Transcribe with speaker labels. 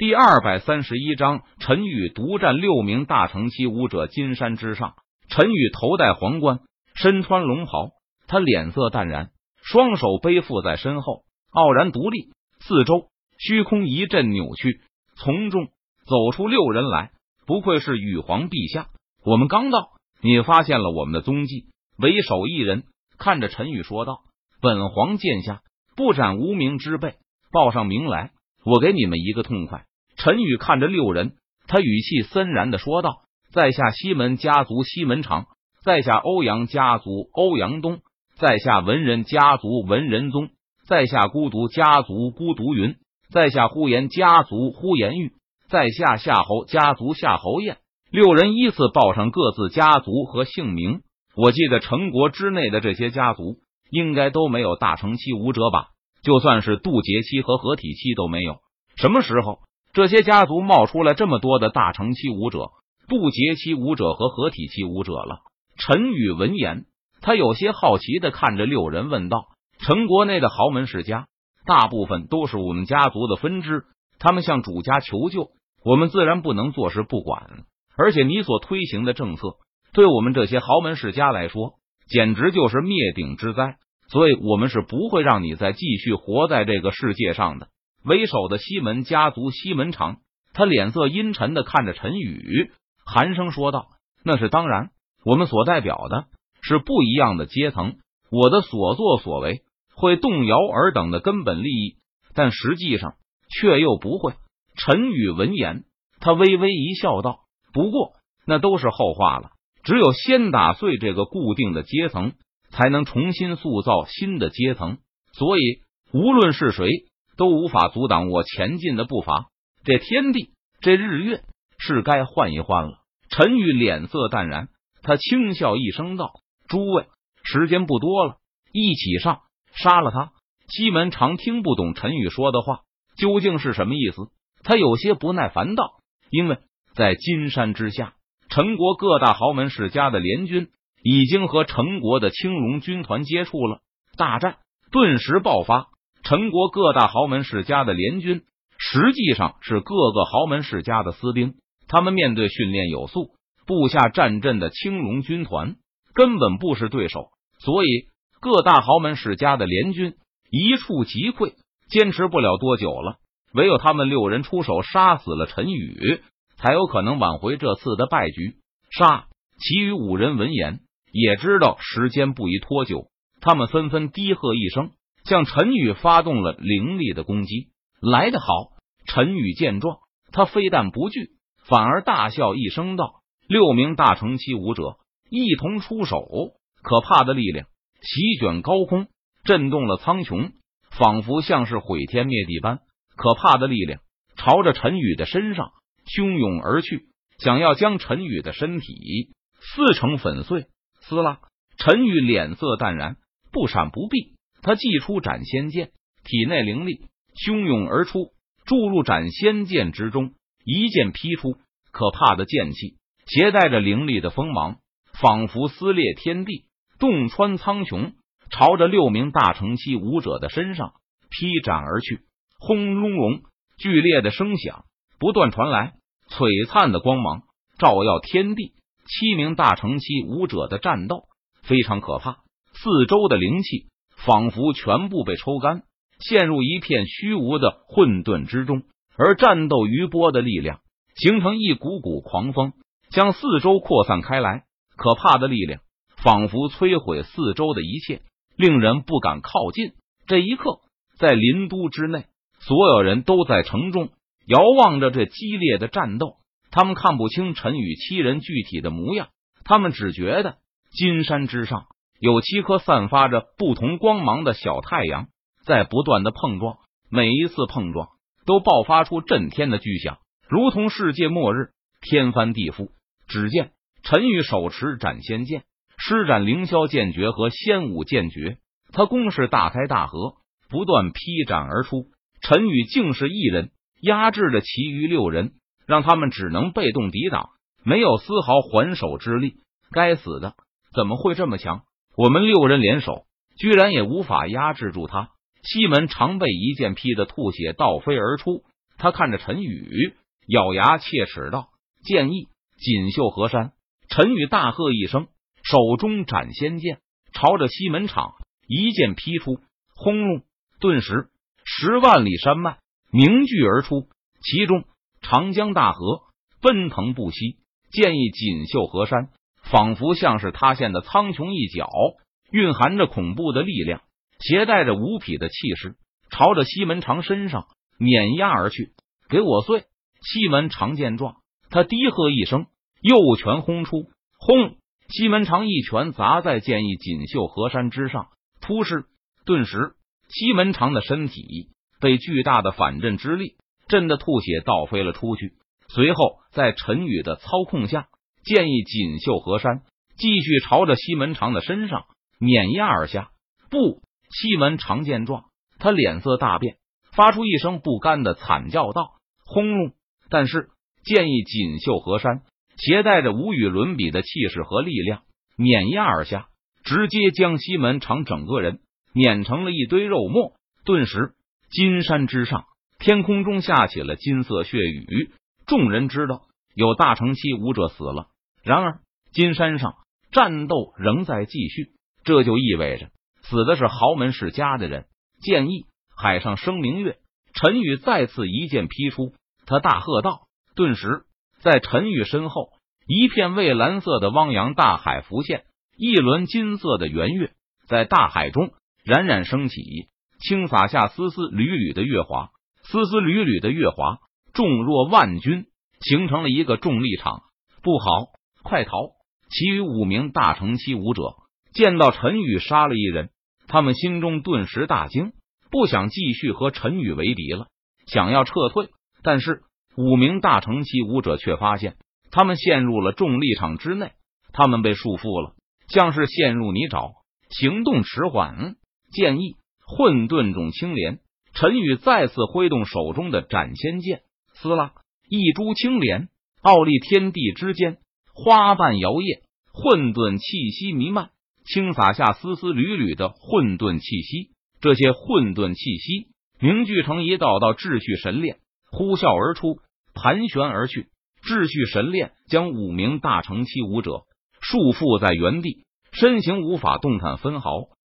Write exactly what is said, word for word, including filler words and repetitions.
Speaker 1: 第二百三十一章，陈宇独占六名大成期武者金山之上。陈宇头戴皇冠，身穿龙袍，他脸色淡然，双手背负在身后，傲然独立。四周虚空一阵扭曲，从中走出六人来。不愧是羽皇陛下，我们刚到，你发现了我们的踪迹。为首一人看着陈宇说道：“本皇见下，不斩无名之辈，报上名来，我给你们一个痛快。”陈宇看着六人，他语气森然的说道：“在下西门家族西门长，在下欧阳家族欧阳东，在下文人家族文人宗，在下孤独家族孤独云，在下呼延家族呼延玉，在下夏侯家族夏侯彦。”六人依次报上各自家族和姓名。我记得陈国之内的这些家族应该都没有大成期武者吧？就算是渡劫期和合体期都没有。什么时候这些家族冒出来这么多的大成期武者、渡劫期武者和合体期武者了？陈宇闻言，他有些好奇的看着六人问道：“陈国内的豪门世家，大部分都是我们家族的分支，他们向主家求救，我们自然不能坐视不管。而且你所推行的政策，对我们这些豪门世家来说，简直就是灭顶之灾，所以我们是不会让你再继续活在这个世界上的。”为首的西门家族西门长，他脸色阴沉的看着陈宇，寒声说道：“那是当然，我们所代表的是不一样的阶层，我的所作所为会动摇尔等的根本利益，但实际上却又不会。”陈宇闻言，他微微一笑道：“不过那都是后话了，只有先打碎这个固定的阶层，才能重新塑造新的阶层，所以无论是谁都无法阻挡我前进的步伐。这天地，这日月，是该换一换了。”陈宇脸色淡然，他轻笑一声道：“诸位，时间不多了，一起上，杀了他。”西门长听不懂陈宇说的话究竟是什么意思，他有些不耐烦道：“因为在金山之下，陈国各大豪门世家的联军已经和陈国的青龙军团接触了，大战顿时爆发。陈国各大豪门世家的联军实际上是各个豪门世家的私兵，他们面对训练有素、布下战阵的青龙军团根本不是对手，所以各大豪门世家的联军一触即溃，坚持不了多久了。唯有他们六人出手杀死了陈宇，才有可能挽回这次的败局。杀！其余五人闻言也知道时间不宜拖久，他们纷纷低喝一声，向陈宇发动了凌厉的攻击。来得好！陈宇见状，他非但不惧，反而大笑一声道：“六名大成期武者一同出手，可怕的力量席卷高空，震动了苍穹，仿佛像是毁天灭地般。可怕的力量朝着陈宇的身上汹涌而去，想要将陈宇的身体撕成粉碎。”撕拉！陈宇脸色淡然，不闪不避，他祭出斩仙剑，体内灵力汹涌而出，注入斩仙剑之中，一剑劈出，可怕的剑气携带着凌厉的锋芒，仿佛撕裂天地，洞穿苍穹，朝着六名大成期武者的身上劈斩而去。轰隆隆，剧烈的声响不断传来，璀璨的光芒照耀天地。七名大成期武者的战斗非常可怕，四周的灵气仿佛全部被抽干，陷入一片虚无的混沌之中，而战斗余波的力量形成一股股狂风，将四周扩散开来。可怕的力量仿佛摧毁四周的一切，令人不敢靠近。这一刻，在临都之内，所有人都在城中遥望着这激烈的战斗，他们看不清陈宇七人具体的模样，他们只觉得金山之上有七颗散发着不同光芒的小太阳在不断的碰撞，每一次碰撞都爆发出震天的巨响，如同世界末日，天翻地覆。只见陈宇手持斩仙剑，施展凌霄剑诀和仙武剑诀，他攻势大开大合，不断劈斩而出。陈宇竟是一人压制着其余六人，让他们只能被动抵挡，没有丝毫还手之力。该死的，怎么会这么强？我们六人联手，居然也无法压制住他。西门常被一剑劈得吐血倒飞而出， 他看着陈宇，咬牙切齿道：“剑意锦绣河山！”陈宇大喝一声，手中斩仙剑朝着西门场一剑劈出，轰隆！顿时十万里山脉凝聚而出，其中长江大河奔腾不息，剑意锦绣河山，仿佛像是塌陷的苍穹一角，蕴含着恐怖的力量，携带着无匹的气势，朝着西门长身上碾压而去。给我碎！西门长见状，他低喝一声，右拳轰出，轰！西门长一拳砸在剑意锦绣河山之上，突施。顿时西门长的身体被巨大的反震之力震得吐血倒飞了出去。随后在陈宇的操控下，剑意锦绣河山继续朝着西门长的身上碾压而下。不！西门长见状，他脸色大变，发出一声不甘的惨叫道：“轰隆！”但是剑意锦绣河山携带着无与伦比的气势和力量，碾压而下，直接将西门长整个人碾成了一堆肉末。顿时金山之上，天空中下起了金色血雨。众人知道有大成期武者死了，然而金山上战斗仍在继续，这就意味着死的是豪门世家的人。剑意海上生明月，陈宇再次一剑劈出，他大喝道。顿时在陈宇身后，一片蔚蓝色的汪洋大海浮现，一轮金色的圆月在大海中冉冉升起，倾洒下丝丝缕缕的月华。丝丝缕缕的月华重若万钧，形成了一个重力场。不好，快逃！其余五名大成期武者见到陈宇杀了一人，他们心中顿时大惊，不想继续和陈宇为敌了，想要撤退。但是五名大成期武者却发现他们陷入了重力场之内，他们被束缚了，像是陷入泥沼，行动迟缓。剑意混沌种青莲，陈宇再次挥动手中的斩仙剑，撕拉一株青莲，傲立天地之间，花瓣摇曳，混沌气息弥漫，倾洒下丝丝缕缕的混沌气息。这些混沌气息凝聚成一道道秩序神链，呼啸而出，盘旋而去。秩序神链将五名大成期武者束缚在原地，身形无法动弹分毫。